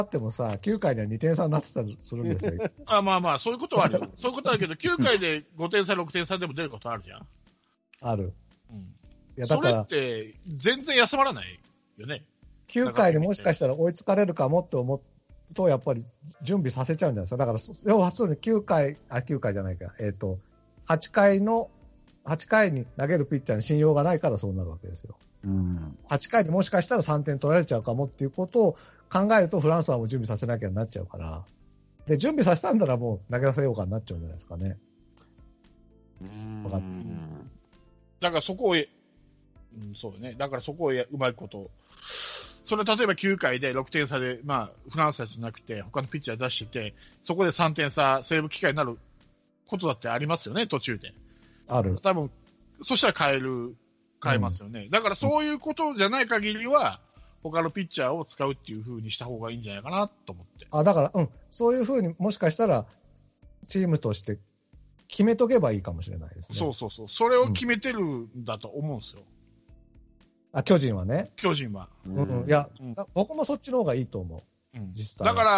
ってもさ、9回には2点差になってたりするんですよ。 まあ、そういうことはあるよ。そういうことはあるけど、9回で5点差、6点差でも出ることあるじゃん。 ある。 うん。 いや、だから、 それって全然休まらないよね。 9回にもしかしたら追いつかれるかもって思うと、やっぱり準備させちゃうんじゃないですか。だから、要は、9回じゃないか。8回に投げるピッチャーに信用がないからそうなるわけですよ。8回にもしかしたら3点取られちゃうかもっていうことを考えると、フランスはもう準備させなきゃなっちゃうから。で、準備させたんだらもう投げさせようかになっちゃうんじゃないですかね。分かった。 だからそこを、そうね。だからそこをうまいこと。それ例えば9回で6点差で、フランスたちじゃなくて、他のピッチャー出してて、そこで3点差、セーブ機会になることだってありますよね、途中で。 ある。 多分、そしたら変えますよね。だからそういうことじゃない限りは、他のピッチャーを使うっていう風にした方がいいんじゃないかなと思って。 だから、そういう風にもしかしたら、チームとして決めとけばいいかもしれないですね。 そう。それを決めてるんだと思うんですよ。 巨人はね。 巨人は。 いや、僕もそっちの方がいいと思う。実際。 だから、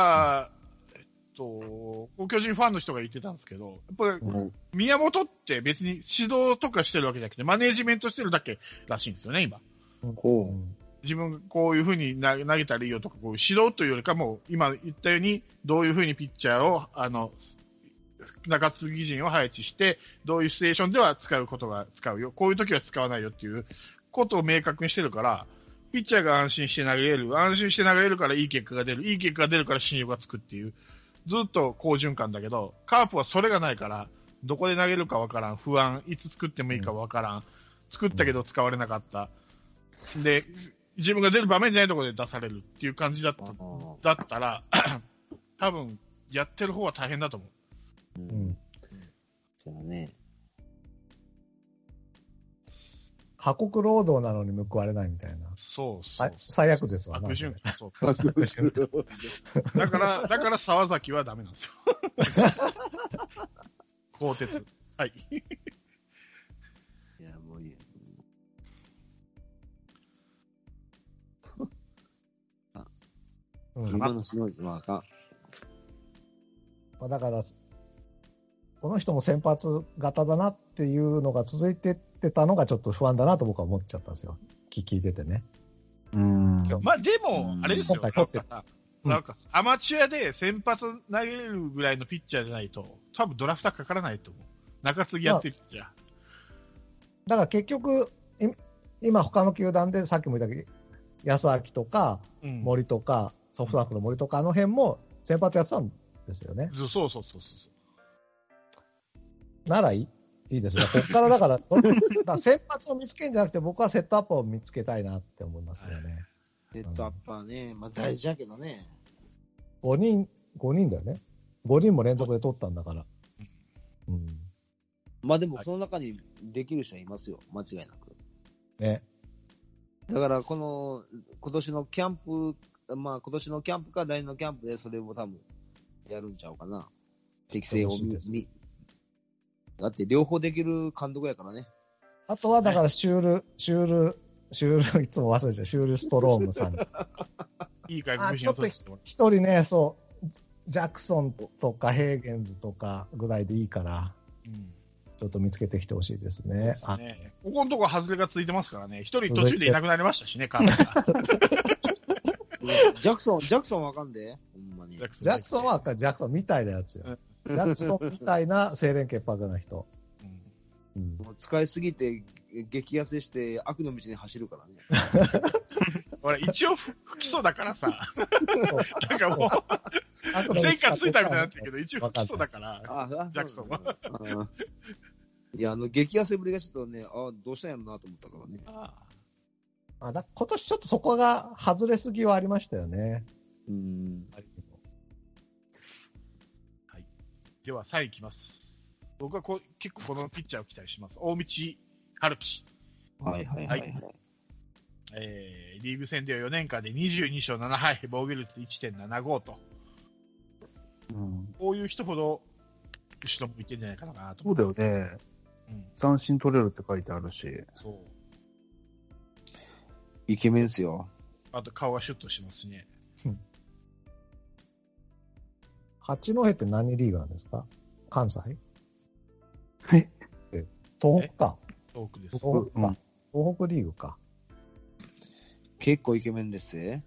巨人ファンの人が言ってたんですけど、やっぱり、宮本って別に指導とかしてるわけじゃなくて、マネージメントしてるだけらしいんですよね、今。自分こういう風に投げたらいいよとか、こう指導というよりかも、今言ったように、どういう風にピッチャーを、中継ぎ陣を配置して、どういうシチュエーションでは使うよ。こういう時は使わないよっていうことを明確にしてるから、ピッチャーが安心して投げれるからいい結果が出る。いい結果が出るから信用がつくっていう。ずっと好循環だけど、カープはそれがないから、どこで投げるかわからん、不安、いつ作ってもいいかわからん、作ったけど使われなかった。で、自分が出る場面じゃないところで出されるっていう感じだったら、多分、やってる方は大変だと思う。 そうね。 過酷労働なのに報われないみたいな。 そう。 最悪ですわ。 悪循環。そう。だから沢崎はダメなんですよ。鋼鉄。はい。 いや、もういい。今のすごい、だから、この人も先発型だなっていうのが続いてってたのがちょっと不安だなと僕は思っちゃったんですよ。聞いててね。 でも、あれですよ。なんか、アマチュアで先発投げれるぐらいのピッチャーじゃないと、多分ドラフトはかからないと思う。中継ぎやってるじゃん。 だから結局、今他の球団でさっきも言ったけど、安明とか、森とか、ソフトバンクの森とか、あの辺も先発やってたんですよね。 そう。 ならいいですよ。こっからだから先発を見つけるんじゃなくて、僕はセットアップを見つけたいなって思いますよね。 セットアップはね、大事だけどね。 5人だよね。5人も連続で取ったんだから。 でもその中にできる人はいますよ。間違いなく。 ね。 だから今年のキャンプか来年のキャンプでそれを多分やるんちゃうかな。適性をだって両方できる監督やからね。 あとはだからシュールいつも忘れちゃう、シュールストロームさん。 いい外国人を取ってちょっと一人ね、ジャクソンとかヘーゲンズとかぐらいでいいから、ちょっと見つけてきてほしいですね。 ここのとこ外れがついてますからね。一人途中でいなくなりましたしね、カープが。 ジャクソンわかんで、ほんまに。 ジャクソンはジャクソンみたいなやつよ。ジャクソンみたいな清廉潔白な人。 もう使いすぎて激痩せして悪の道に走るからね。 俺一応不起訴だからさ。なんかもう、前回ついたみたいになってるけど、一応不起訴だから、ジャクソンは。 いや、激痩せぶりがちょっとね、どうしたんやろなと思ったからね。 今年ちょっとそこが外れすぎはありましたよね。 はい。では、3位いきます。僕は結構このピッチャーを期待します。大道春樹。 はい。 リーグ戦では4年間で22勝7敗、防御率 1.75 と。こういう人ほど、後ろ向いてんじゃないかなと。 そうだよね。三振取れるって書いてあるし。 そう。 イケメンっすよ。 あと顔がシュッとしますしね。 八戸って何リーグなんですか？関西？ え東北か。 東北です。 東北か。東北リーグか。 結構イケメンですね。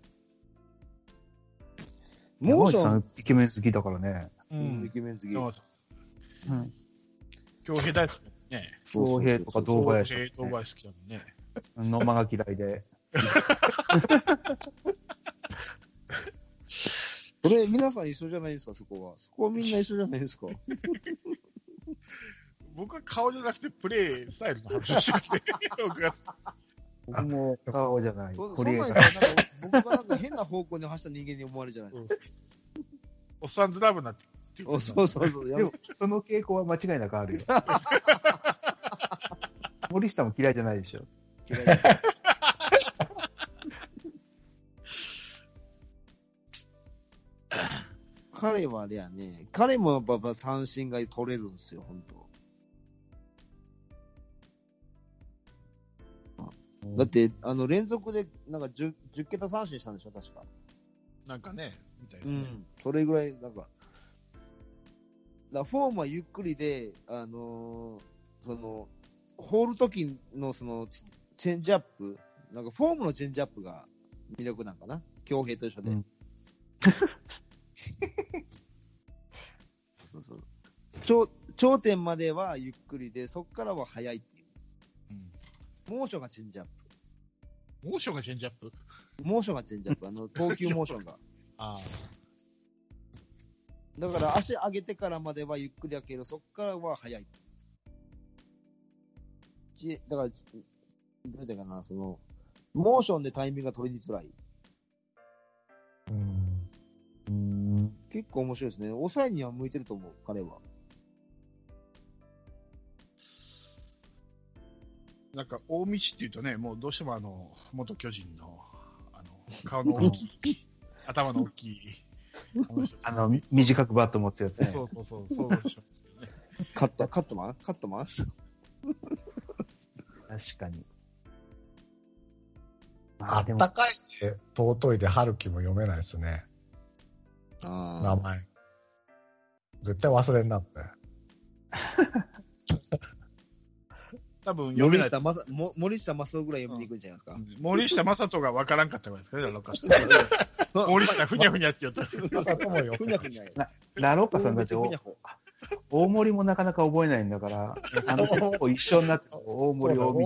山内さんイケメン好きだからね。 イケメン好き。 山内さん。恭平大好きだもんね。 恭平とか堂林とか、 堂林好きだもんね。 野間が嫌いで。 それ、皆さん一緒じゃないですか、そこは。そこはみんな一緒じゃないですか。 僕は顔じゃなくてプレイスタイルの話をしてきて、 僕も顔じゃない。 そんなん言ったらなんか僕がなんか変な方向に走った人間に思われるじゃないですか。 おっさんずラブなっていう。 そうそう。 でも、その傾向は間違いなくあるよ。森下も嫌いじゃないでしょ。 嫌いです。彼はあれやね、彼もやっぱ三振が取れるんですよ、本当。だって、連続で、なんか10桁三振したんでしょ、確か。 なんかね、みたいですね。 それぐらい、なんか、フォームはゆっくりで、放るときのチェンジアップ、なんかフォームのチェンジアップが魅力なんかな、恭平と一緒で。そうそう。頂点まではゆっくりで、そこからは速いっていう。モーションがチェンジアップ。 モーションがチェンジアップ投球モーションが。だから足上げてからまではゆっくりだけど、そこからは速い。だから、どうだかな、モーションでタイミングが取りづらい。結構面白いですね。抑えには向いてると思う、彼は。 なんか、大道っていうとね、もうどうしても元巨人の、顔の大きい、頭の大きい、 短くバット持つやつね。 そうでしょうね。 カットマン確かに。 あったかいで尊いで春樹も読めないですね。名前。絶対忘れんなって。 多分読めない。 森下正夫ぐらい読みに行くんじゃないですか。 森下正人が分からんかったぐらいですかね、ラロッカさん。森下ふにゃふにゃって言った。 ふにゃふにゃ。 ラロッカさんだって大森もなかなか覚えないんだから、一緒になって大森も、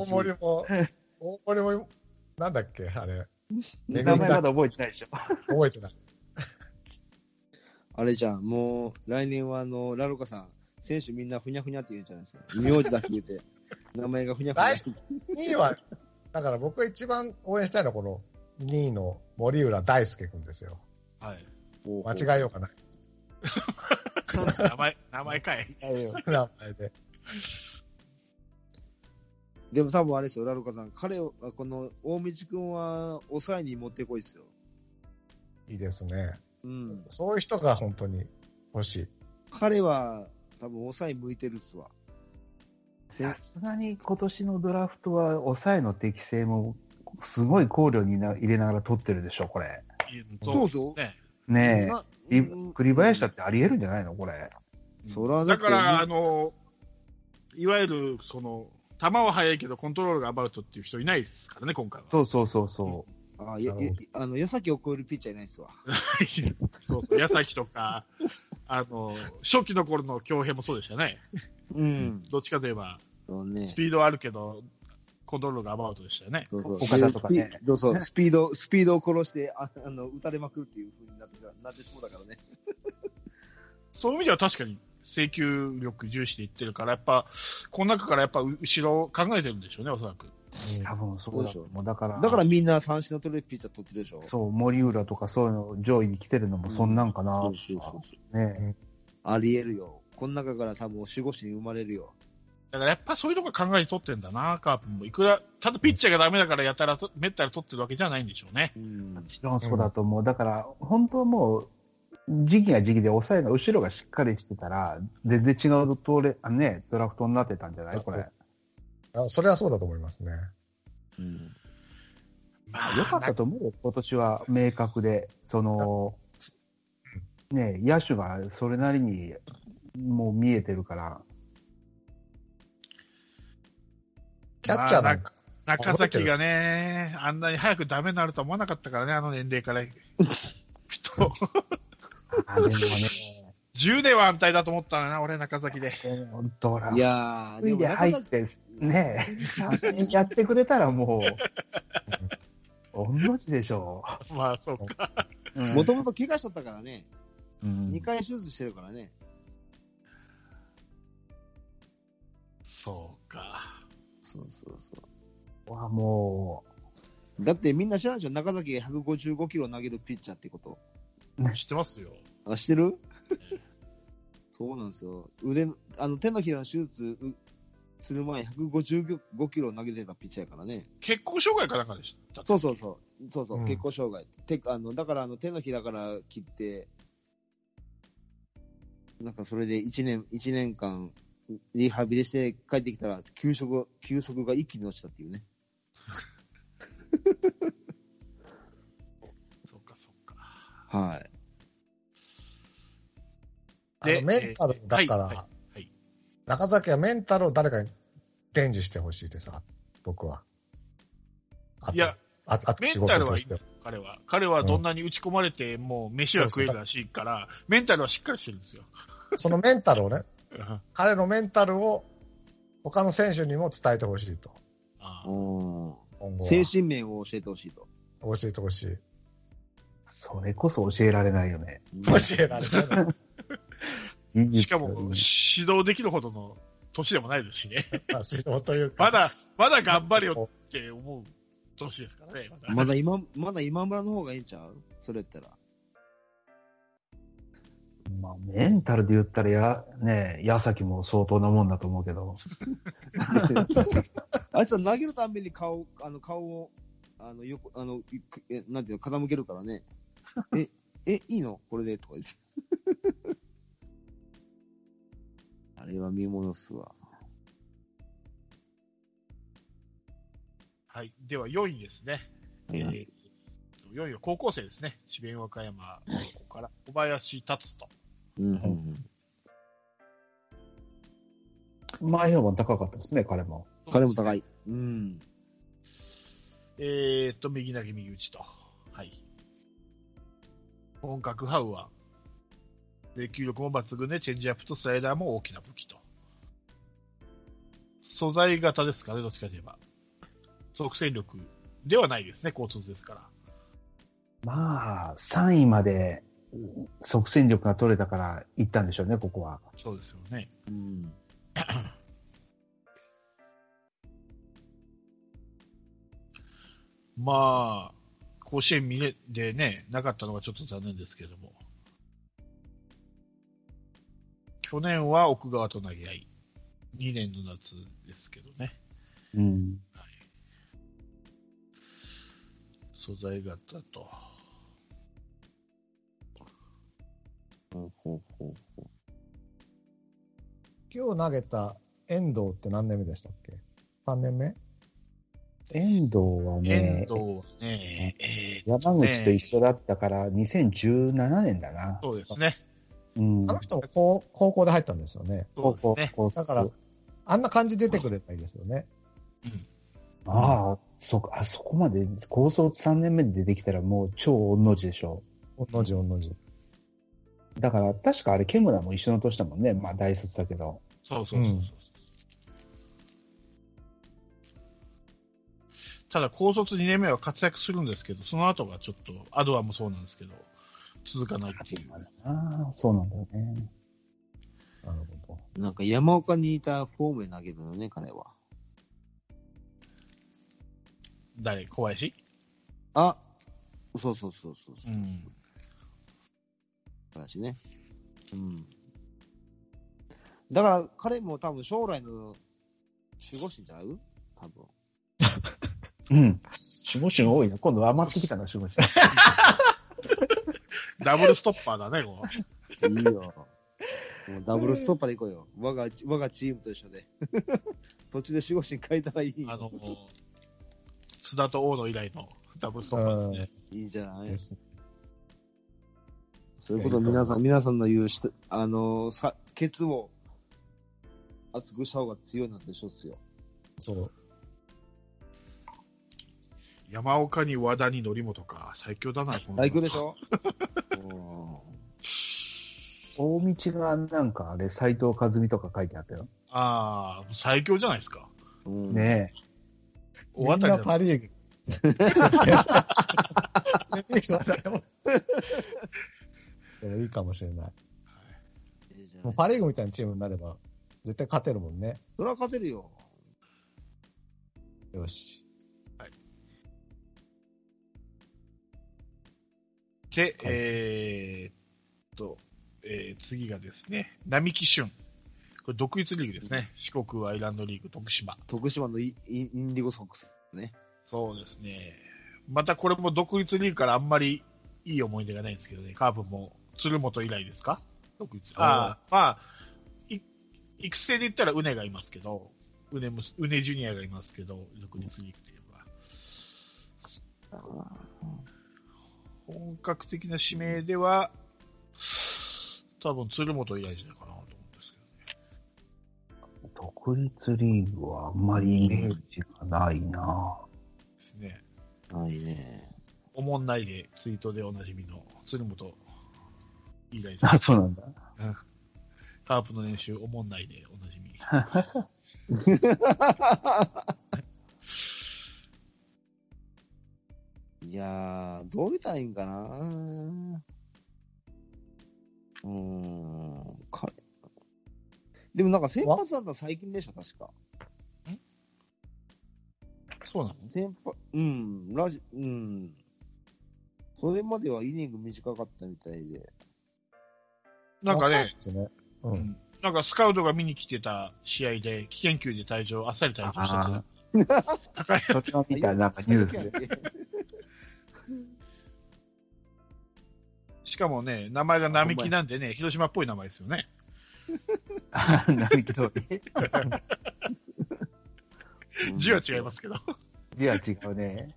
なんだっけ、あれ。 名前まだ覚えてないでしょ。 覚えてない。 あれじゃん、もう、来年はラロカさん、選手みんなふにゃふにゃって言うんじゃないですか。名字だけ言うて、名前がふにゃふにゃ。 2位は、だから僕が一番応援したいのはこの2位の森浦大輔君ですよ。 はい。 間違えようかない。 名前かい。 名前で。 でも多分あれですよ、ラロカさん。彼は、この大道君は抑えに持ってこいですよ。 いいですね。そういう人が本当に欲しい。 彼は多分抑え向いてるっすわ。 さすがに今年のドラフトは抑えの適性もすごい考慮に入れながら取ってるでしょ、これ。 そうそう。 ねえ。栗林だってあり得るんじゃないのこれ。 だから、いわゆる、球は速いけどコントロールがアバウトっていう人いないですからね、今回は。 そう。 矢崎を超えるピッチャーいないっすわ。 そう、矢崎とか、初期の頃の恭平もそうでしたね。どっちかといえば、スピードはあるけど、コントロールがアバウトでしたよね。 岡田とかね。 スピードを殺して、打たれまくるっていう風になってしまうだからね。 そういう意味では確かに制球力重視でいってるから、やっぱ、この中からやっぱ後ろを考えてるんでしょうね、おそらく。 多分そうでしょう。だからみんな三振の取れるピッチャー取ってるでしょ。 そう、森浦とかそういうの上位に来てるのもそんなんかな。 そう。 ねあり得るよ。この中から多分守護神生まれるよ。 だからやっぱそういうとこ考えに取ってんだな、カープも。いくら、ただピッチャーがダメだからめったら取ってるわけじゃないんでしょうね。 もちろんそうだと思う。だから、本当はもう、時期が時期で抑えの後ろがしっかりしてたら、全然違うドラフトになってたんじゃないこれ。 それはそうだと思いますね。 良かったと思うよ、今年は明確で。 ね、野手がそれなりにもう見えてるから。 キャッチャーなんか。 中崎がね、あんなに早くダメになるとは思わなかったからね、あの年齢から。人。 でもね。 10年は安泰だと思ったな、俺、中崎で。 ドラフトで入って、ねえ、3年やってくれたらもう、御の字でしょう。まあ、そうか。 もともと怪我しとったからね。2回手術してるからね。 そうか。 そう。 もう。だってみんな知らないでしょ、中崎が155キロ投げるピッチャーってこと。 知ってますよ。 あ、知ってる？そうなんですよ。手のひらの手術する前、155キロ投げてたピッチャーやからね。 血行障害かなんかでした。 そう、血行障害。だから手のひらから切って、なんかそれで1年間、リハビリして帰ってきたら、球速が一気に落ちたっていうね。 そっか。 はい。 メンタルだから、中崎はメンタルを誰かに伝授してほしいでさ、僕は。 いや、メンタルはいいんです彼はどんなに打ち込まれて、もう飯は食えるらしいから、メンタルはしっかりしてるんですよ。 そのメンタルをね、彼のメンタルを他の選手にも伝えてほしいと。 精神面を教えてほしいと。 教えてほしい。 それこそ教えられないよね。 教えられない。 しかも、指導できるほどの年でもないですしね。 指導というか。 まだ頑張れよって思う年ですからね。 まだ今村の方がいいんちゃう？それやったら。 まあ、メンタルで言ったら矢崎も相当なもんだと思うけど。 あいつは投げるために顔を、なんていうの、傾けるからね。いいのこれでとか言って。あれは見物っすわ。 はい。では4位ですね。4位は高校生ですね。智弁和歌山高校から小林達人。 前評判高かったですね、彼も。 彼も高い。 右投げ右打ちと。はい。本格派右腕。で、球力も抜群で、チェンジアップとスライダーも大きな武器と。素材型ですかね、どっちかといえば。即戦力ではないですね、高卒ですから。 まあ、3位まで即戦力が取れたから行ったんでしょうね、ここは。 そうですよね。まあ、甲子園でね、なかったのがちょっと残念ですけれども。去年は奥川と投げ合い。2年の夏ですけどね。はい、素材型と。 今日投げた遠藤って何年目でしたっけ？ 3 年目？ 遠藤はね、山口と一緒だったから2017年だな。 そうですね。 あの人も高校で入ったんですよね。 そうですね。 だから、あんな感じで出てくればいいですよね。 ああ、そうか、あそこまで高卒3年目で出てきたらもう超御の字でしょ。 御の字。 だから確かあれ、ケムラも一緒の年だもんね。まあ大卒だけど。 そう。ただ高卒2年目は活躍するんですけど、その後がちょっと、アドアもそうなんですけど、続かないっていう。 ああ、そうなんだよね。 なるほど。なんか山岡にいたフォームで投げるのね、彼は。 誰？小林？ あ、そう。小林ね。だから彼も多分将来の守護神ちゃう？多分。 守護神多いな。今度余ってきたな、守護神。 ダブルストッパーだね、こう。いいよ。ダブルストッパーで行こうよ。我がチームと一緒で。途中で守護神変えたらいい。 津田と大野以来のダブルストッパーですね。 いいんじゃない？ そういうことを皆さんの言うケツを厚くした方が強いなんてしょっすよ。 そう。 山岡に和田に則本か。最強だな、この最強でしょ大道がなんかあれ、斎藤和美とか書いてあったよ。 ああ、最強じゃないですか。 ねえ。みんなパリーグ。いいかもしれない。もうパリーグみたいなチームになれば、絶対勝てるもんね。 それは勝てるよ。 よし。 はい。で、次がですね、並木俊。これ独立リーグですね。四国アイランドリーグ徳島。 徳島のインディゴソックスね。 そうですね。またこれも独立リーグからあんまりいい思い出がないんですけどね。カープも鶴本以来ですか？独立。まあ、育成で言ったらウネがいますけど、ウネジュニアがいますけど、独立リーグで言えば。本格的な指名では、多分鶴本以来じゃないかなと思うんですけどね。 独立リーグはあんまりイメージがないなですね。 ないね。 おもんないでツイートでおなじみの鶴本以来。 あ、そうなんだ。 カープの練習おもんないでおなじみ。 いやー、どう言ったらいいんかな。でもなんか先発だったら最近でしょ、確か。 そうなの？ それまではイニング短かったみたいで。 なんかね、なんかスカウトが見に来てた試合で、危険球であっさり退場したそっちの見たなんかニュースで。 しかもね、名前が並木なんでね、広島っぽい名前ですよね。 並木通り。 字は違いますけど。 字は違うね。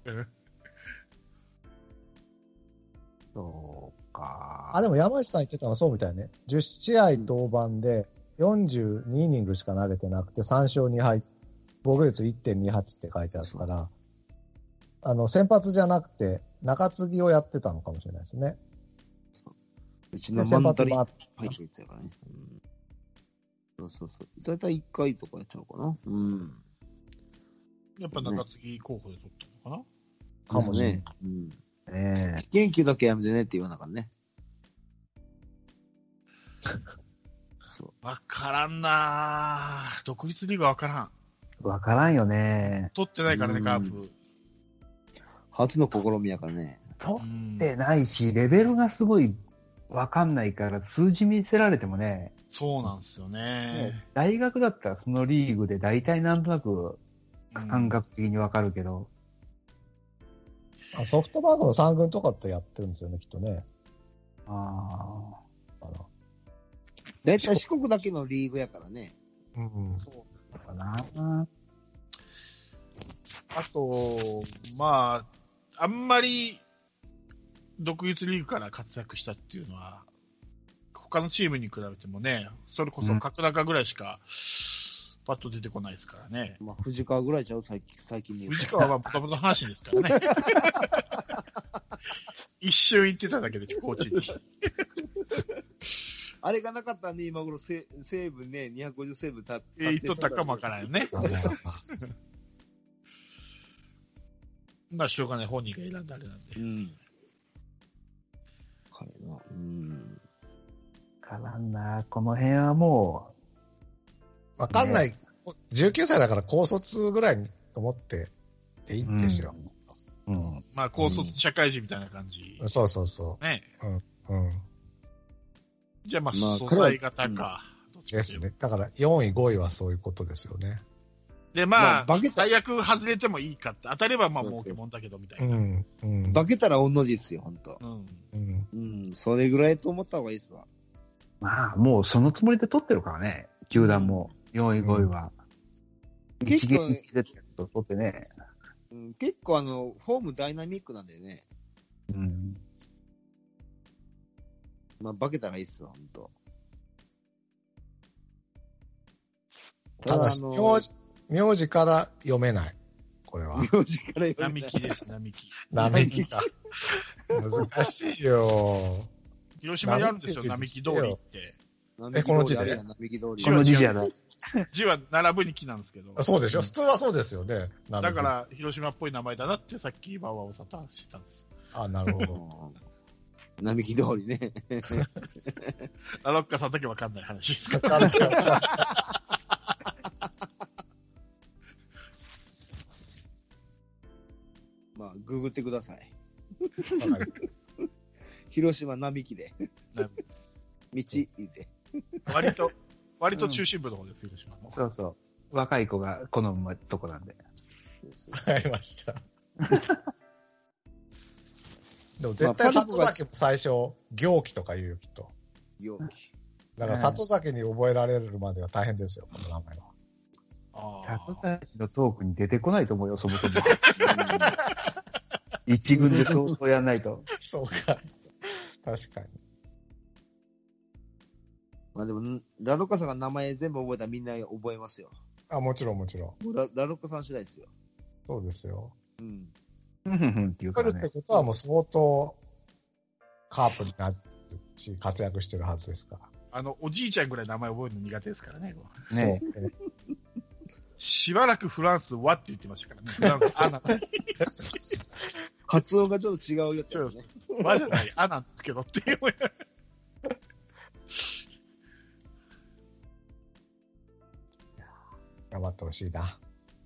そうか。 でも山内さん言ってたのはそうみたいね。10試合登板で42イニングしか投げてなくて3勝2敗、防御率 1.28 って書いてあるから、先発じゃなくて中継ぎをやってたのかもしれないですね。 うちのマンタリ入ってやつやからね。そう。だいたい1回とかやっちゃうかな。 やっぱ中継ぎ候補で取ったのかなかもしれない。元気だけやめてねって言わなかったね。 わからんなぁ。独立リーグわからん。 わからんよね。 取ってないからね、カープ。 初の試みやからね。 取ってないし、レベルがすごいわかんないから、数字見せられてもね。 そうなんですよね。 大学だったらそのリーグで大体なんとなく感覚的にわかるけど。 ソフトバンクの3軍とかってやってるんですよね、きっとね。 だいたい四国だけのリーグやからね。 そうかな。 あと、まあ、あんまり独立リーグから活躍したっていうのは、他のチームに比べてもね、それこそ角中ぐらいしか、パッと出てこないですからね。 まあ、藤川ぐらいちゃう最近に。 藤川はもともと阪神ですからね。一瞬行ってただけで、コーチに。 あれがなかったらね、今頃セーブね、250セーブ言っとったかもわからないよね。まあ、しょうがない、本人が選んだあれなんで。 彼な。 からんな、この辺はもう。わかんない。19歳だから高卒ぐらいと思っていいんですよ。 まあ、高卒社会人みたいな感じ。 そう。 ね。じゃあまあ、素材型か。 ですね。だから4位、5位はそういうことですよね。 で、まあ、最悪外れてもいいかって、当たればまあ儲けもんだけどみたいな。 化けたら御の字っすよ、ほんと。それぐらいと思った方がいいっすわ。 まあ、もうそのつもりで取ってるからね、球団も。4位、5位は。 結構、 取ってね。 結構フォームダイナミックなんだよね。 まあ、化けたらいいっすよ、ほんと。 ただし、名字から読めない。これは。 名字から読並木です、並木。 並木か。難しいよ。 広島にあるんですよ、並木通りって。 この字で並木通り。 この字じゃない。 字は並ぶに木なんですけど。 そうでしょ、普通はそうですよね。 だから、広島っぽい名前だなってさっき馬場さんと話してたんです。 あ、なるほど。 並木通りね。 ラロッカさんだけわかんない話ですか。 まあ、ググってください。広島並木で。道言うて。 割と中心部の方です、広島の。 そうそう。若い子が好むとこなんで。 わかりました。でも絶対里崎も最初、行基とか言うよ、きっと。 行基。 だから里崎に覚えられるまでは大変ですよ、この名前は。 里崎のトークに出てこないと思うよ、そもそも。一軍で相当やんないと。 そうか。確かに。 まあでも、ラロッカさんが名前全部覚えたらみんな覚えますよ。 あ、もちろんもちろん。 ラロッカさん次第ですよ。 そうですよ。 うん。 っていうかね。 来るってことはもう相当カープになるし、活躍してるはずですから。 おじいちゃんぐらい名前覚えるの苦手ですからね。 ねしばらくフランスはって言ってましたからね。フランス、アナ。 発音がちょっと違うやつですね。 和じゃない、アなんですけどっていう。 頑張ってほしいな。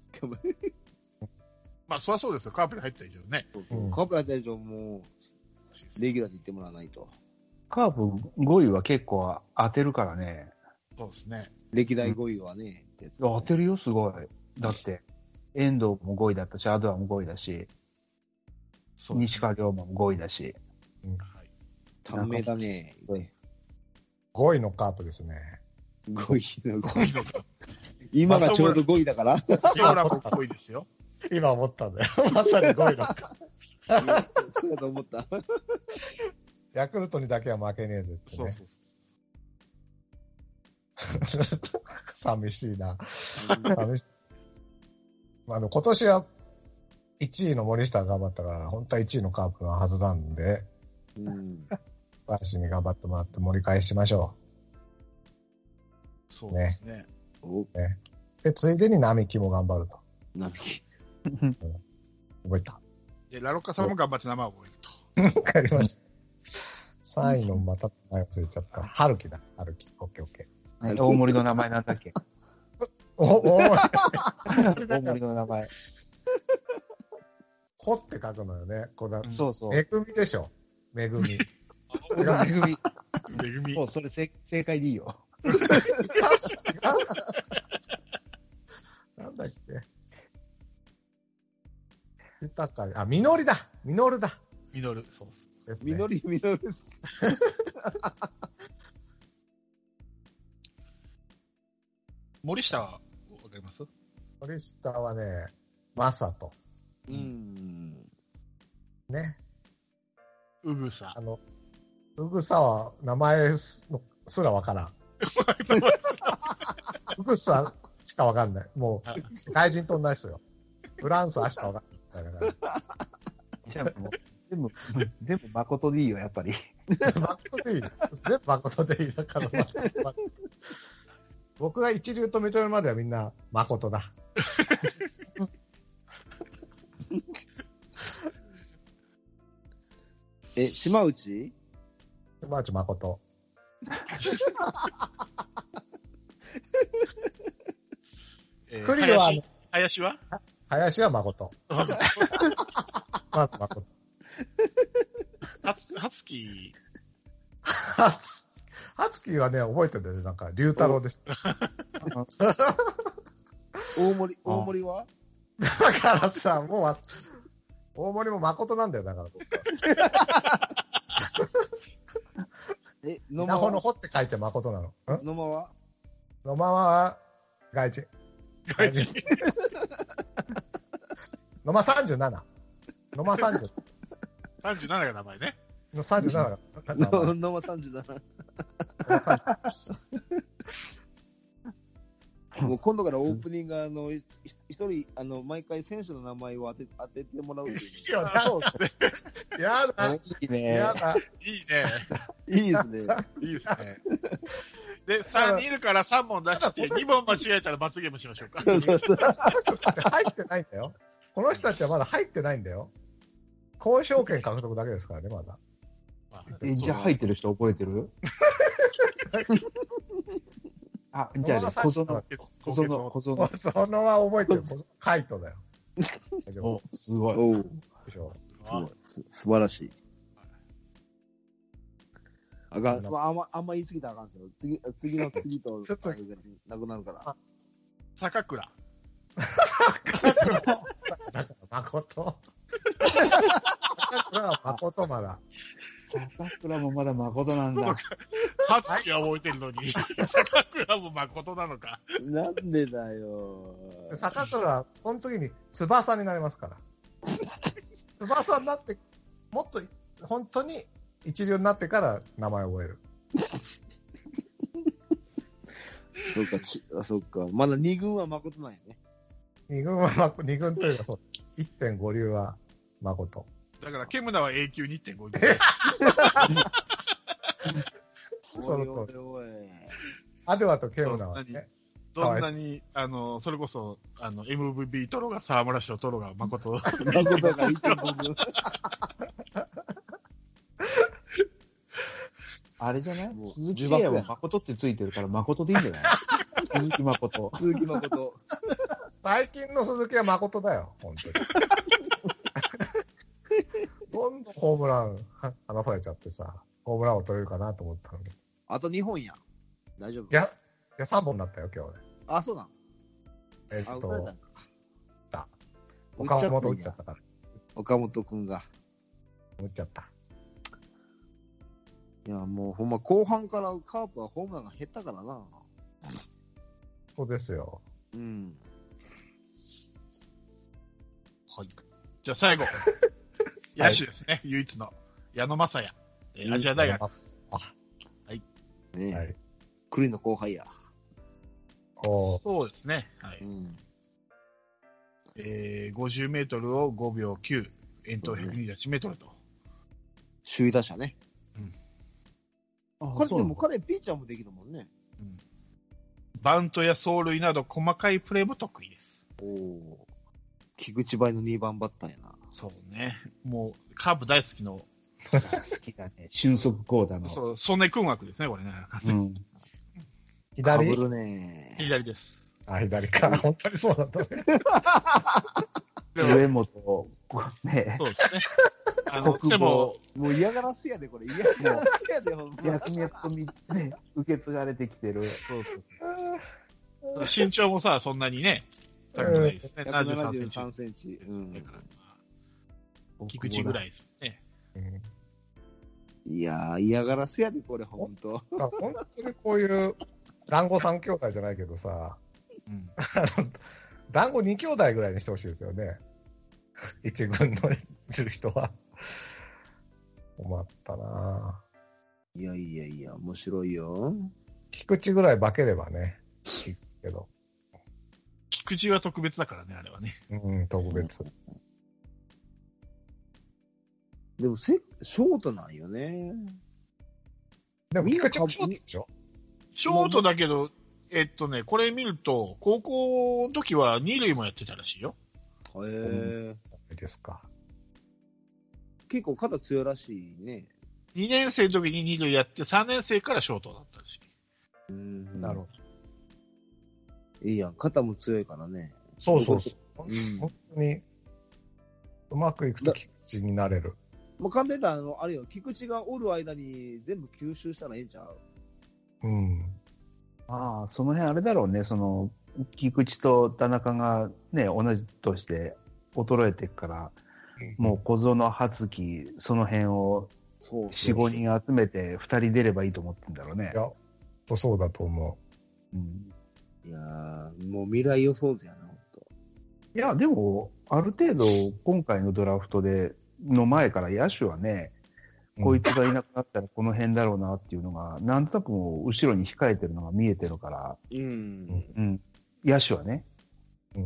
まあ、そりゃそうですよ。カープに入った以上ね。 カープに入った以上もう、レギュラーで言ってもらわないと。 カープ5位は結構当てるからね。 そうですね。 歴代5位はね。 当てるよ、すごい。だって、遠藤も5位だったし、アドアも5位だし、西川龍馬も5位だし。 短命だね。 5位のカープですね。 5位のカープ。今がちょうど5位だから。 今らも5位ですよ。 今思ったんだよ。まさに5位のカープ。 そうだと思った。 ヤクルトにだけは負けねえぜってね。そう。寂しいな。寂しい。今年は1位の森下が頑張ったから、本当は1位のカープのはずなんで、私に頑張ってもらって盛り返しましょう。そうですね。 ね。で、ついでに並木も頑張ると。 並木。 覚えた。 で、ラロッカさんも頑張って名前を覚えると。 わかりました。3位のまた名前忘れちゃった。春樹だ。春樹。オッケーオッケー。大森の名前なんだっけ大森の名前。 ほって書くのよね。 そうそう。 めぐみでしょ。めぐみ。 めぐみ。 めぐみ。 もうそれ正解でいいよ。 なんだっけ。豊かに。あ、みのりだ。みのるだ。 みのる、そうです。 みのり。 森下はわかります？ 森下はね、まさと。ね。 うぐさ。 うぐさは名前すらわからん。うぐさしかわかんない。もう、外人と同じですよ。フランスはしかわかんない。 全部誠でいいよ、やっぱり。 誠でいい。全部誠でいい。だから、僕が一流と認めるまではみんな誠だ。 島内誠。栗は林は誠。まず誠。 はつき。 はつきはね、覚えてるんだよね。なんか、龍太郎でしょ。 大森はだからさ、もう、大森も誠なんだよ、だから僕は。 野間はのほって書いて誠なの。 野間は野間は、外人。野間37。野間30。 37が名前ね。 37が、 ノマ37。もう今度からオープニング一人、毎回選手の名前を当ててもらうっていう。 いや、そうですね。やだ。 いいね。 やだ。 いいね。 いいですね。 いいですね。で、3人いるから3問出して、2問間違えたら罰ゲームしましょうか。 そうそうそう。 入ってないんだよ。この人たちはまだ入ってないんだよ。交渉権獲得だけですからね、まだ。 じゃあ入ってる人覚えてる？あ、じゃあね、小園は覚えてる。カイトだよ。 お、すごい。 おでしょ。 素晴らしい。あんま言い過ぎたらあかんすよ。次の次と、なくなるから。 坂倉。 だから誠。坂倉は誠まだ。 坂倉もまだ誠なんだ。 初期は覚えてるのに、坂倉も誠なのか。 なんでだよ。 坂倉は、その次に翼になりますから。翼になって、もっと本当に一流になってから名前を覚える。 そうか。まだ2軍は誠なんやね。 2軍というかそう、1.5 流は誠。 だから、ケムナは永久に 1.5 流。 そのとアデワとケムナはね。 どんなに、それこそ、MVP トロが沢村賞トロが誠。 誠が1.5流。 あれじゃない？鈴木誠也は誠ってついてるから誠でいいんじゃない？鈴木誠。 鈴木誠。 最近の鈴木は誠だよ、本当に。どんどんホームラン離されちゃってさ、ホームランを取れるかなと思ったのに。 あと2本や。大丈夫？ いや、3本だったよ、今日ね。 あ、そうなん岡本打っちゃったから。 岡本くんが。 打っちゃった。 いや、もうほんま後半からカープはホームランが減ったからな。 そうですよ。 うん。 はい。じゃあ最後。野手ですね、唯一の。矢野雅也。アジア大学。はい。 ねえ。 はい。 栗の後輩や。 そうですね。はい。50メートルを5秒9、遠投128メートルと。 首位打者ね。 あ、 彼ピッチャーもできるもんね。 バントや走塁など細かいプレーも得意です。 菊池梅の2番バッターやな。 そうね。もう、カープ大好きの。 好きだね。俊足高打の。 そう、曽根君枠ですね、これね。 左？ かぶるね。 左です。 左か。本当にそうなんだね。 上本、ね。 そうですね。 でもう嫌がらせやで、これ。嫌がらせやで、ほんま。 脈々とね、受け継がれてきてる。 身長もさ、そんなにね、高くないですね。 73センチ。 菊池ぐらいですよね。 いやー、嫌がらせやで、これ、ほんと。 本当にこういう、団子3兄弟じゃないけどさ、団子2兄弟ぐらいにしてほしいですよね。一軍のいる人は。困ったなぁ。 いや、面白いよ。 菊池ぐらい化ければね、いいけど。 菊池は特別だからね、あれはね。 特別。 でもショートなんよね。 でも菊池もショートでしょ？ ショートだけど、これ見ると、高校の時は二塁もやってたらしいよ。 へえ。ですか。 結構肩強いらしいね。 2年生の時に二塁やって、3年生からショートだったらしい。 なるほど。いいやん、肩も強いからね。 そう。本当に、うまくいくと菊池になれる。 もう簡単に言ったら、あれよ、菊池がおる間に全部吸収したらええんちゃう？ ああ、その辺あれだろうね、菊池と田中がね、同じとして衰えていくから、もう小園、初木、その辺を4、5人集めて2人出ればいいと思ってんだろうね。 いや、そうだと思う。いやー、もう未来予想図やな、ほんと。 いや、でも、ある程度、今回のドラフトの前から野手はね、 こいつがいなくなったらこの辺だろうなっていうのが、なんとなくもう後ろに控えてるのが見えてるから、 うん。 うん。野手はね。 うん。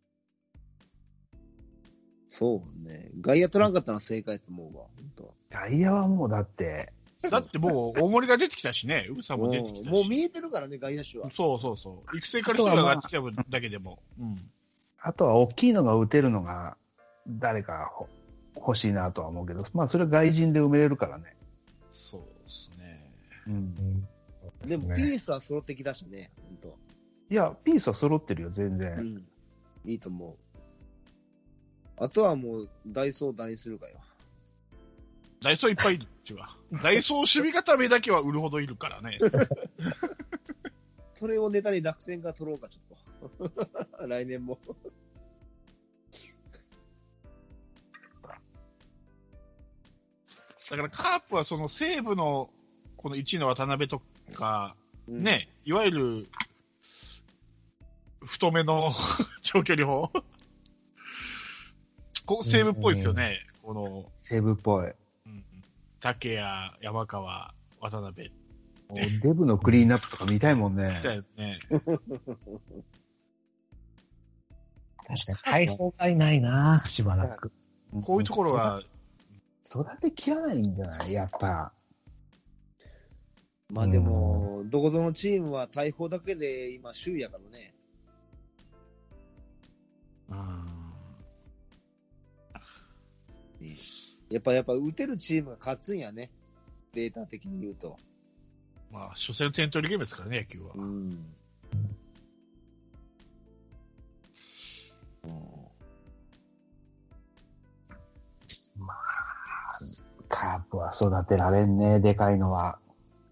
そうね。外野取らんかったら正解と思うわ、本当。 外野はもうだって、 だってもう、大森が出てきたしね、ウブさんも出てきたし。 もう見えてるからね、外野手は。 そうそうそう。育成から人が上がってきただけでも。うん。 あとは大きいのが打てるのが、誰か欲しいなとは思うけど、まあそれは外人で埋めれるからね。 そうですね。 うん。 でも、ピースは揃ってきだしたね、本当。 いや、ピースは揃ってるよ、全然。 うん。いいと思う。あとはもう、ダイソー何するかよ。 ダイソーいっぱいいるっていうか。ダイソー守備固めだけは売るほどいるからね。 それをネタに楽天が取ろうか、ちょっと。来年も。 だからカープはその西武のこの1位の渡辺とか、ね、いわゆる太めの長距離砲。西武っぽいですよね。この西武っぽい。 竹谷、山川、渡辺。 デブのクリーンナップとか見たいもんね。 見たいよね。 確かに大砲がいないな、しばらく。 こういうところが。 育てきらないんじゃないやっぱ。 まあでも、どこぞのチームは大砲だけで今首位やからね。やっぱ打てるチームが勝つんやね。データ的に言うと。 まあ、初戦点取りゲームですからね、野球は。 まあ、カープは育てられんね、でかいのは。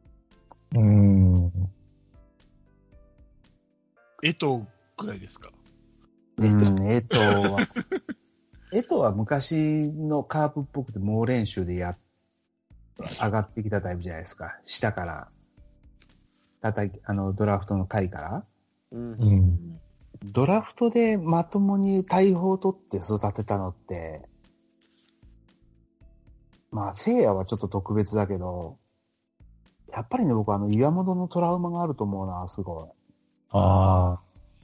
江藤くらいですか。 江藤は、江藤は昔のカープっぽくて猛練習で上がってきたタイプじゃないですか。下から。ドラフトの回から。ドラフトでまともに大砲を取って育てたのって、まあ、聖夜はちょっと特別だけど、やっぱりね、僕岩本のトラウマがあると思うな、すごい。あ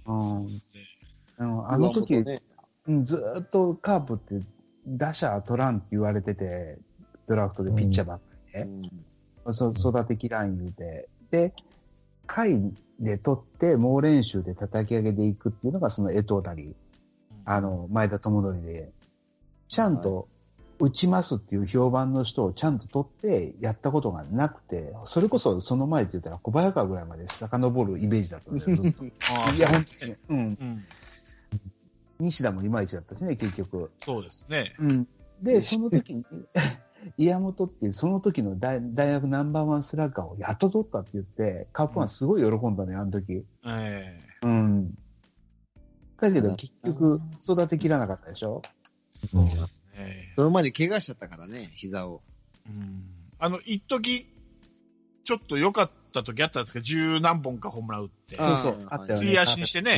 の時、ずーっとカープって打者取らんって言われてて、ドラフトでピッチャーばっかりね。育てきらん言うて。で、下位で取って猛練習で叩き上げていくっていうのがその江藤なり、前田智則で、ちゃんと打ちますっていう評判の人をちゃんと取ってやったことがなくて、それこそその前って言ったら小早川ぐらいまで遡るイメージだったんだよ、ずっと。いや、本当にね。西田もいまいちだったしね、結局。 そうですね。 で、その時に、岩本ってその時の大学ナンバーワンスラッガーをやっと取ったって言って、カープファンすごい喜んだね、あの時。だけど結局育てきらなかったでしょ。 そうですね。その前に怪我しちゃったからね、膝を。 一時ちょっと良かった時あったんですけど、十何本かホームラン打って。 そうそう、あったよね。 釣り足にしてね。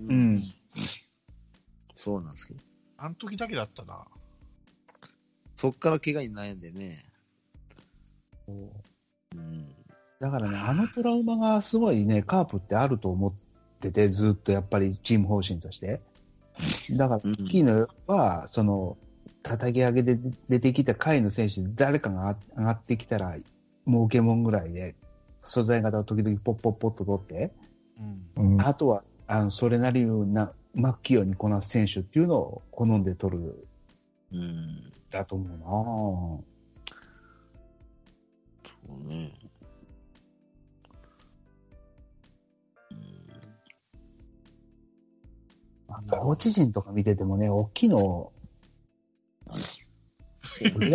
そうなんですけど。 あの時だけだったな。 そっから怪我に悩んでね。 だからね、あのトラウマがすごいね、カープってあると思ってて、ずっとやっぱりチーム方針として。だから、キーノは、叩き上げで出てきた下位の選手、誰かが上がってきたら、儲けもんぐらいで、素材型を時々ポッポッポッと取って、あとは、それなりな、真っ清にこなす選手っていうのを好んで取る。だと思うなぁ。 そうね。 コーチ陣とか見ててもね、大きいの、 育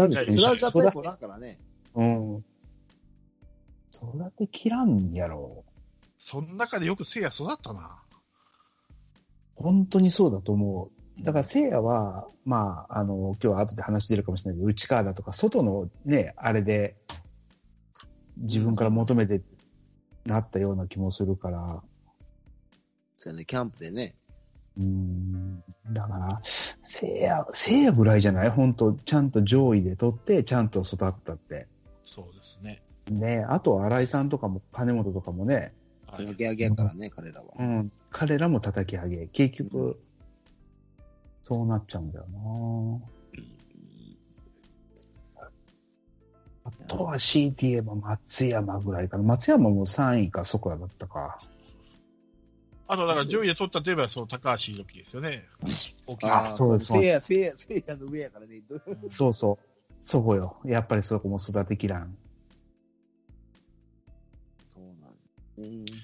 てきらんやろ。 その中でよく聖夜育ったな。 本当にそうだと思う。だから聖夜は、まあ、今日は後で話してるかもしれないけど、内側だとか、外のね、あれで、自分から求めてなったような気もするから。 そうやね、キャンプでね。 だから、せいやぐらいじゃない本当ちゃんと上位で取って、ちゃんと育ったって。 そうですね。 ね、あと新井さんとかも金本とかもね。 叩き上げやからね、彼らは。 彼らも叩き上げ。結局、そうなっちゃうんだよな。あとは 強いて言えば松山ぐらいかな。松山も3位かそこらだったか。 あと、だから上位で取ったといえば、そう、高橋宏樹ですよね。大きな。 そうです。 せいやの上やからね。 そうそう。そこよ。やっぱりそこも育てきらん。 そうなんですね。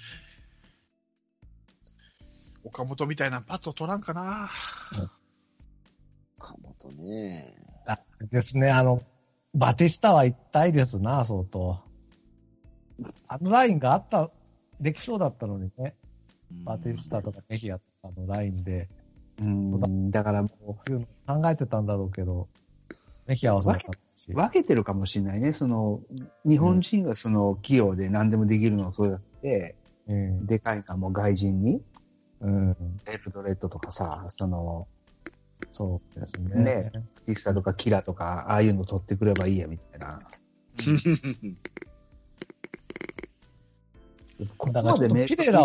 岡本みたいなパッと取らんかな。 岡本ね。 ですね、バティスタは痛いですな、相当。ラインができそうだったのにね。バティスタとかメヒアとかのラインで。 だからもう、考えてたんだろうけど、メヒアはそうだったし。 分けてるかもしれないね。日本人が器用で何でもできるのをそうやって、でかいかも外人に、エルドレッドとかさ、 そうですね。 バティスタとかキラとか、ああいうの取ってくればいいや、みたいな。 だからちょっとピレラ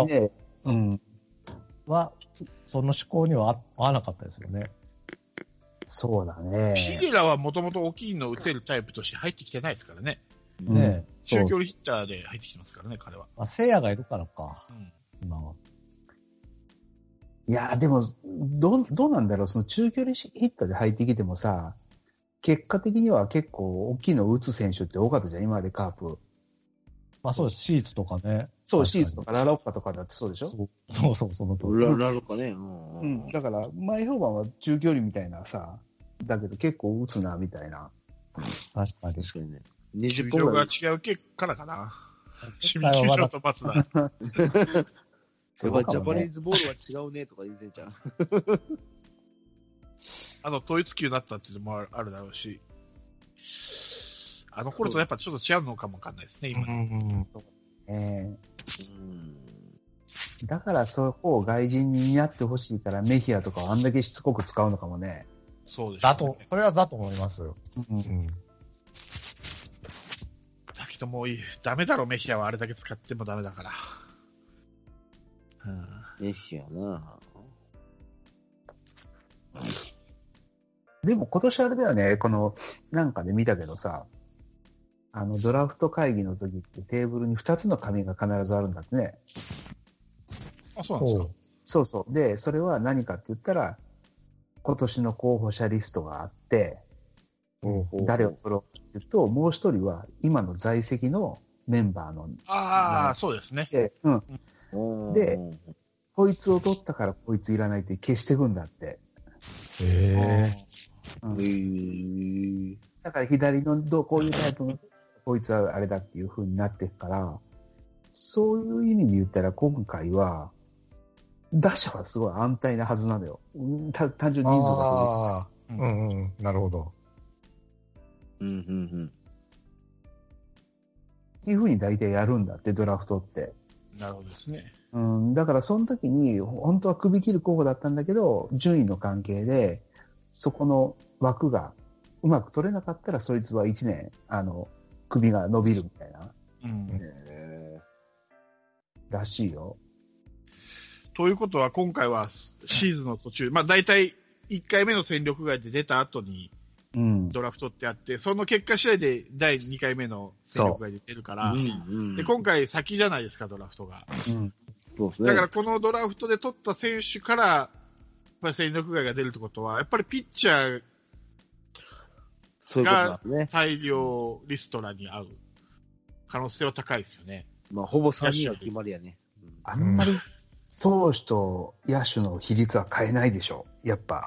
は、その思考には合わなかったですよね。 そうだね。 ピレラはもともと大きいのを打てるタイプとして入ってきてないですからね。 ねえ。 中距離ヒッターで入ってきてますからね、彼は。 聖夜がいるからか。今は。 いや、でも、どうなんだろう、中距離ヒッターで入ってきてもさ、結果的には結構大きいのを打つ選手って多かったじゃん、今までカープ。 まあそうです、シーツとかね。 そう、シーツとかラロッカとかだってそうでしょ。 その通り。 ラロッカね。 だから、前評判は中距離みたいなさ、だけど結構打つな、みたいな。 確かにね。 20本が違うからかな。清水球場と松田。 ジャパニーズボールは違うねとか言ってんじゃん。 統一球になったっていうのもあるだろうし。あの頃とやっぱちょっと違うのかもわかんないですね、今。 だからそこを外人になってほしいからメヒアとかをあんだけしつこく使うのかもね。 そうですね。 それはだと思いますよ。 だけどもうダメだろ、メヒアはあれだけ使ってもダメだから。 メヒアな。 でも今年あれだよね、なんかで見たけどさ、ドラフト会議の時ってテーブルに2つの紙が必ずあるんだってね。 あ、そうなんですか。 そうそう。で、それは何かって言ったら、今年の候補者リストがあって、誰を取ろうって言うと、もう一人は今の在籍のメンバーの。 そうですね。 で、こいつを取ったからこいついらないって消していくんだって。だから左のこういうタイプのこいつはあれだっていう風になっていくから、そういう意味で言ったら今回は、打者はすごい安泰なはずなのよ。単純人数がなるほど。 っていう風に大体やるんだって、ドラフトって。 なるほどですね。 だからその時に、本当は首切る候補だったんだけど、順位の関係で、そこの枠がうまく取れなかったら、そいつは1年、首が伸びるみたいな。らしいよ。 ということは、今回はシーズンの途中、大体1回目の戦力外で出た後に、ドラフトってあって、その結果次第で第2回目の戦力外で出るから、で今回先じゃないですか、ドラフトが。 そうですね。 だからこのドラフトで取った選手から、戦力外が出るってことは、やっぱりピッチャーが大量リストラに合う可能性は高いですよね。 ほぼ3人は決まりやね。 あんまり投手と野手の比率は変えないでしょ、やっぱ。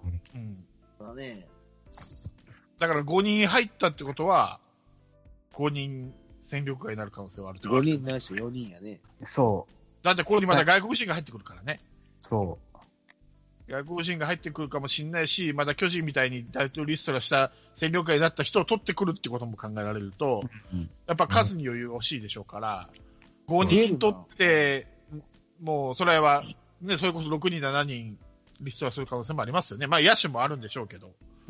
だから5人入ったってことは、5人戦力外になる可能性はあると。 5人ないし4人やね。 そう。 だってここにまた外国人が入ってくるからね。 そう。 外国人が入ってくるかもしれないし、まだ巨人みたいに大統領リストラした戦力外になった人を取ってくるってことも考えられると、やっぱ数に余裕が欲しいでしょうから、5人取って、もうそれは、ね、それこそ6人、7人リストはする可能性もありますよね。まあ、野手もあるんでしょうけど。 うん。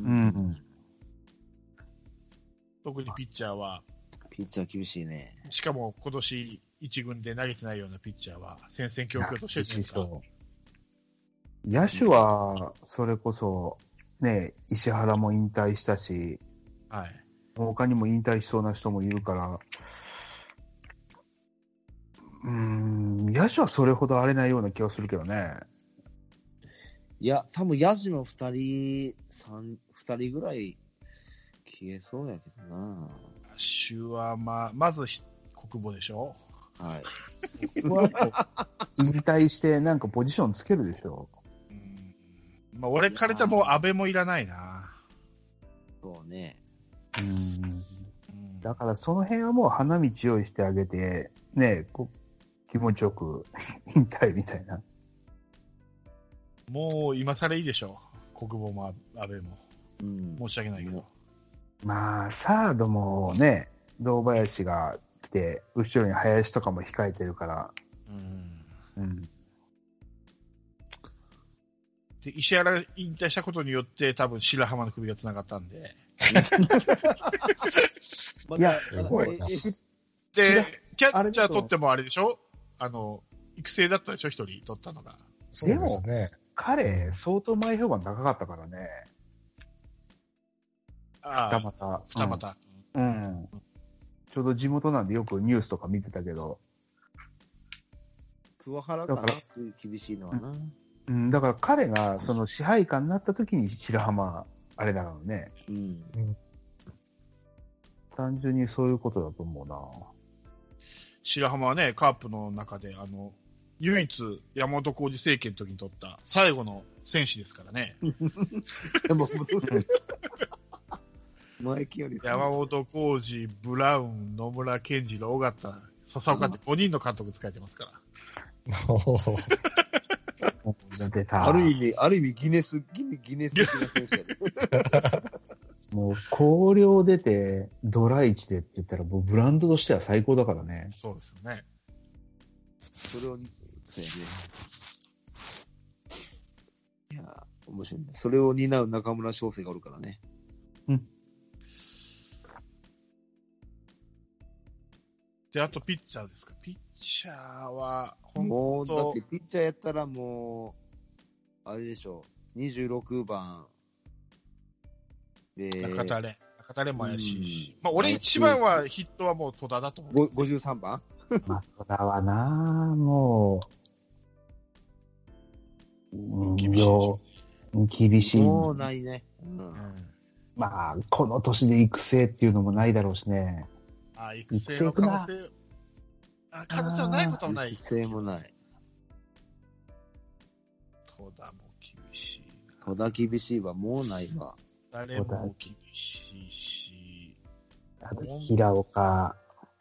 特にピッチャーは。 ピッチャー厳しいね。 しかも今年一軍で投げてないようなピッチャーは戦々恐々としてるんですか。 野手は、それこそ、ね、石原も引退したし、 はい。 他にも引退しそうな人もいるから、野手はそれほど荒れないような気がするけどね。 いや、多分野手も2人ぐらい消えそうやけどな。 野手は、まず国母でしょ。 はい。 引退してなんかポジションつけるでしょ。 まあ、俺から言ったらもう安倍もいらないな。 そうね。 だからその辺はもう花道用意してあげて、ね、気持ちよく引退みたいな。 もう今更いいでしょ。国母も安倍も。申し訳ないけど。 まあ、サードもね、堂林が来て、後ろに林とかも控えてるから。 で石原引退したことによって多分白浜の首が繋がったんで。 いや、すごい。 で、キャッチャー取ってもあれでしょ？育成だったでしょ？一人取ったのが。 そうですね。 彼、相当前評判高かったからね。二股。ちょうど地元なんでよくニュースとか見てたけど。 桑原かなっていう厳しいのはな。 だから彼がその支配下になった時に白浜、あれだからね。単純にそういうことだと思うな。 白浜はね、カープの中で、唯一山本浩二政権の時に取った最後の選手ですからね。山本浩二、ブラウン、野村健次郎、尾形、笹岡って5人の監督使えてますから。 ある意味ギネス的な選手やね。 もう、広陵出て、ドラ1でって言ったら、もうブランドとしては最高だからね。 そうですね。 それを、そうやね。いや、面白いね。それを担う中村翔成がおるからね。 で、あとピッチャーですか。ピッチャーは、 もう、だってピッチャーやったらもう、あれでしょう。26番。で、 中田蓮も怪しいし。まあ、俺一番はヒットはもう戸田だと思う。 53番まあ、戸田はな、もう、厳しい。 もうないね。 まあ、この年で育成っていうのもないだろうしね。 育成の可能性はないこともない。 育成もない。 戸田も厳しい。 戸田厳しいわ、もうないわ。 誰も厳しいし。 あと、平岡。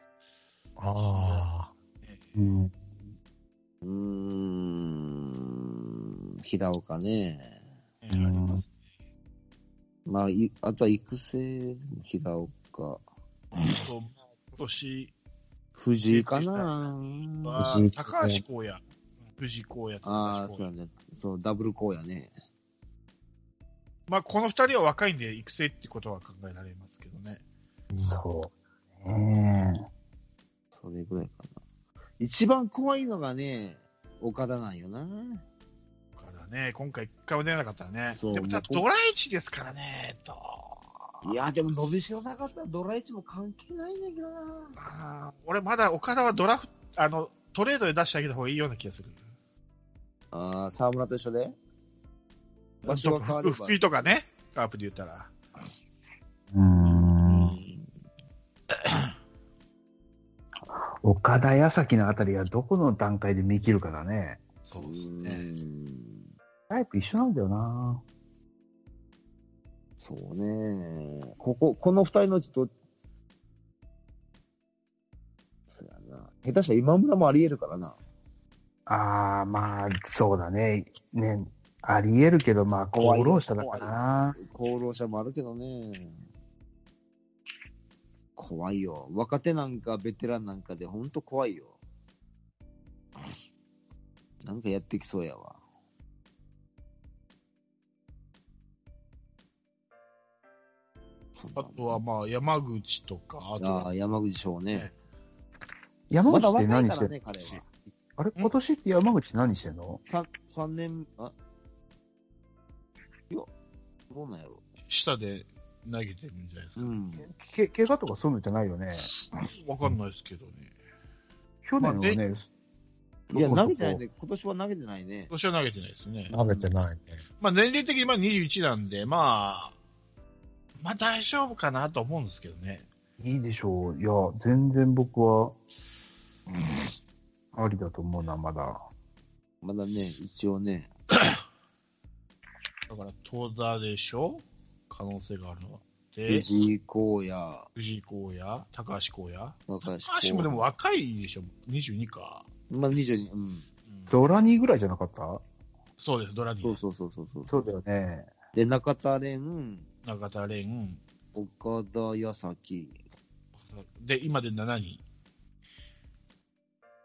平岡ね。 ありますね。 まあ、あとは育成、平岡。 今年、 藤井かな。 高橋光也。藤井光也と高橋光也。 そうね。そう、ダブル光也ね。 まあ、この二人は若いんで育成ってことは考えられますけどね。 そうね。 それぐらいかな。一番怖いのがね、岡田なんよな。 岡田ね、今回一回も出なかったらね。 そうでもドラ1ですからね、 いや、でも伸びしろなかったらドラ1も関係ないんだけどな。 俺まだ岡田はトレードで出してあげた方がいいような気がする。 沢村と一緒で場所が変われば。 福井とかね、カープで言ったら。 岡田矢崎のあたりはどこの段階で見切るかだね。 そうですね。 タイプ一緒なんだよな。 そうね。この二人のうちそうやな。下手したら今村もあり得るからな。 まあ、そうだね。ね、あり得るけど、まあ、功労者だからな。 功労者もあるけどね。怖いよ。若手なんかベテランなんかでほんと怖いよ。なんかやってきそうやわ。 あとはまあ、山口とか、あとは、 山口翔ね。 山口ってまだ若い何してんの、 からね、彼は。 あれ今年って山口何してんの？ 3年、いや、どうなんやろ。 下で投げてるんじゃないですか。 うん。 怪我とかそういうのじゃないよね。 わかんないですけどね。 去年はね、 いや、投げてないね。今年は投げてないね。 今年は投げてないですね。 投げてないね。 まあ年齢的にまあ21なんで、まあ大丈夫かなと思うんですけどね。 いいでしょう。いや、全然僕は、ありだと思うな、まだ。 まだね、一応ね。 だから、戸田でしょ可能性があるのは。で、 藤井荒野、 藤井荒野、高橋荒野。 高高橋もでも若いでしょ ?22 か。 まあ22、 ドラニーぐらいじゃなかった？ そうです、ドラディ。 そう。 そうだよね。 で、中田蓮、 中田蓮。 岡田矢崎。 で、今で7人。